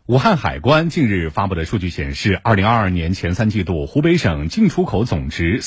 武汉海关近日发布的数据显示，2022年前3季度，湖北省进出口总值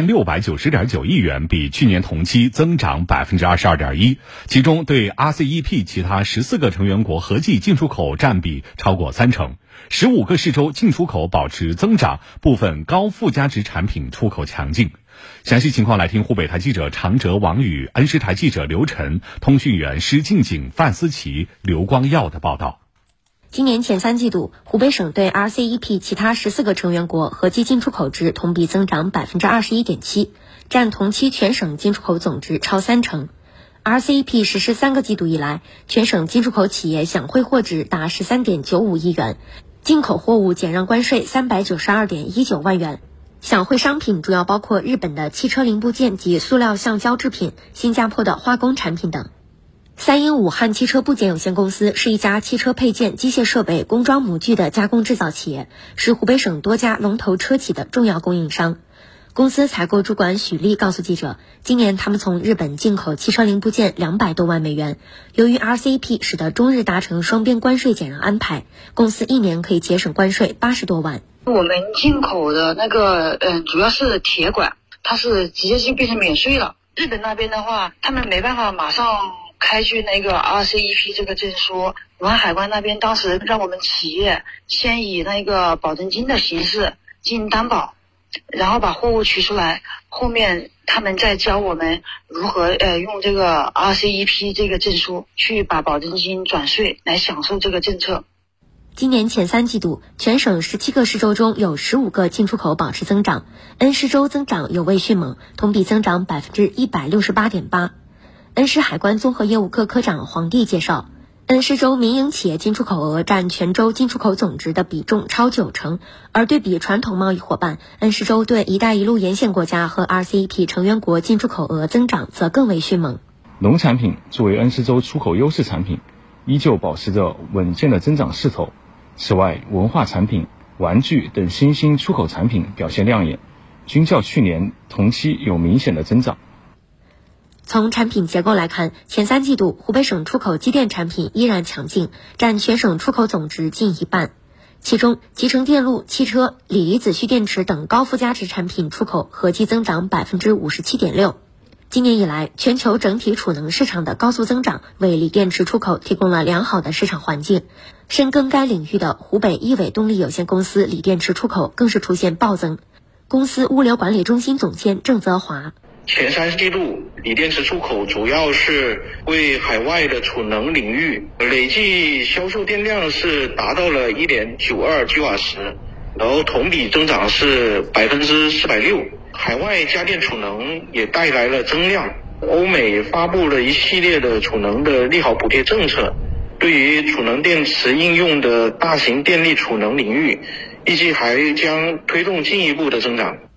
4690.9亿元，比去年同期增长22.1%，其中对 RCEP 其他14个成员国合计进出口占比超过30%，15个市州进出口保持增长，部分高附加值产品出口强劲。详细情况来听湖北台记者常哲、王宇、恩施台记者刘晨、通讯员施静景、范思琪、刘光耀的报道。 今年前3季度，湖北省对 RCEP 其他14个成员国合计进出口值同比增长 21.7%， 占同期全省进出口总值超30%。RCEP 实施3个季度以来，全省进出口企业享汇货值达 13.95 亿元，进口货物减让关税 392.19 万元。享汇商品主要包括日本的汽车零部件及塑料橡胶制品、新加坡的化工产品等。三英武汉汽车部件有限公司是一家汽车配件、机械设备、工装模具的加工制造企业，是湖北省多家龙头车企的重要供应商。公司采购主管许丽告诉记者，今年他们从日本进口汽车零部件200多万美元。由于 RCEP 使得中日达成双边关税减让安排，公司一年可以节省关税80多万。 我们进口的那个主要是铁管，它是直接性变成免税了。日本那边的话，他们没办法马上开具那个 RCEP 这个证书，武汉海关那边当时让我们企业先以那个保证金的形式进行担保，然后把货物取出来，后面他们再教我们如何用这个 RCEP 这个证书去把保证金转税来享受这个政策。 今年前3季度，全省17个市州中有15个进出口保持增长，恩施州增长尤为迅猛，同比增长 168.8%。恩施海关综合业务科科长黄帝介绍，恩施州民营企业进出口额占全州进出口总值的比重超90%，而对比传统贸易伙伴，恩施州对一带一路沿线国家和 RCEP 成员国进出口额增长则更为迅猛。 农产品作为恩施州出口优势产品，依旧保持着稳健的增长势头。此外，文化产品、玩具等新兴出口产品表现亮眼，均较去年同期有明显的增长。 从产品结构来看，前3季度湖北省出口机电产品依然强劲，占全省出口总值近一半。其中，集成电路、汽车、锂离子蓄电池等高附加值产品出口合计增长 57.6%。今年以来，全球整体储能市场的高速增长为锂电池出口提供了良好的市场环境。深耕该领域的湖北一伟动力有限公司锂电池出口更是出现暴增。公司物流管理中心总监郑泽华， 前3季度锂电池出口主要是为海外的储能领域，累计销售电量是达到了 1.92 吉瓦时，然后同比增长是 460%。海外家电储能也带来了增量，欧美发布了一系列的储能的利好补贴政策，对于储能电池应用的大型电力储能领域，预计还将推动进一步的增长。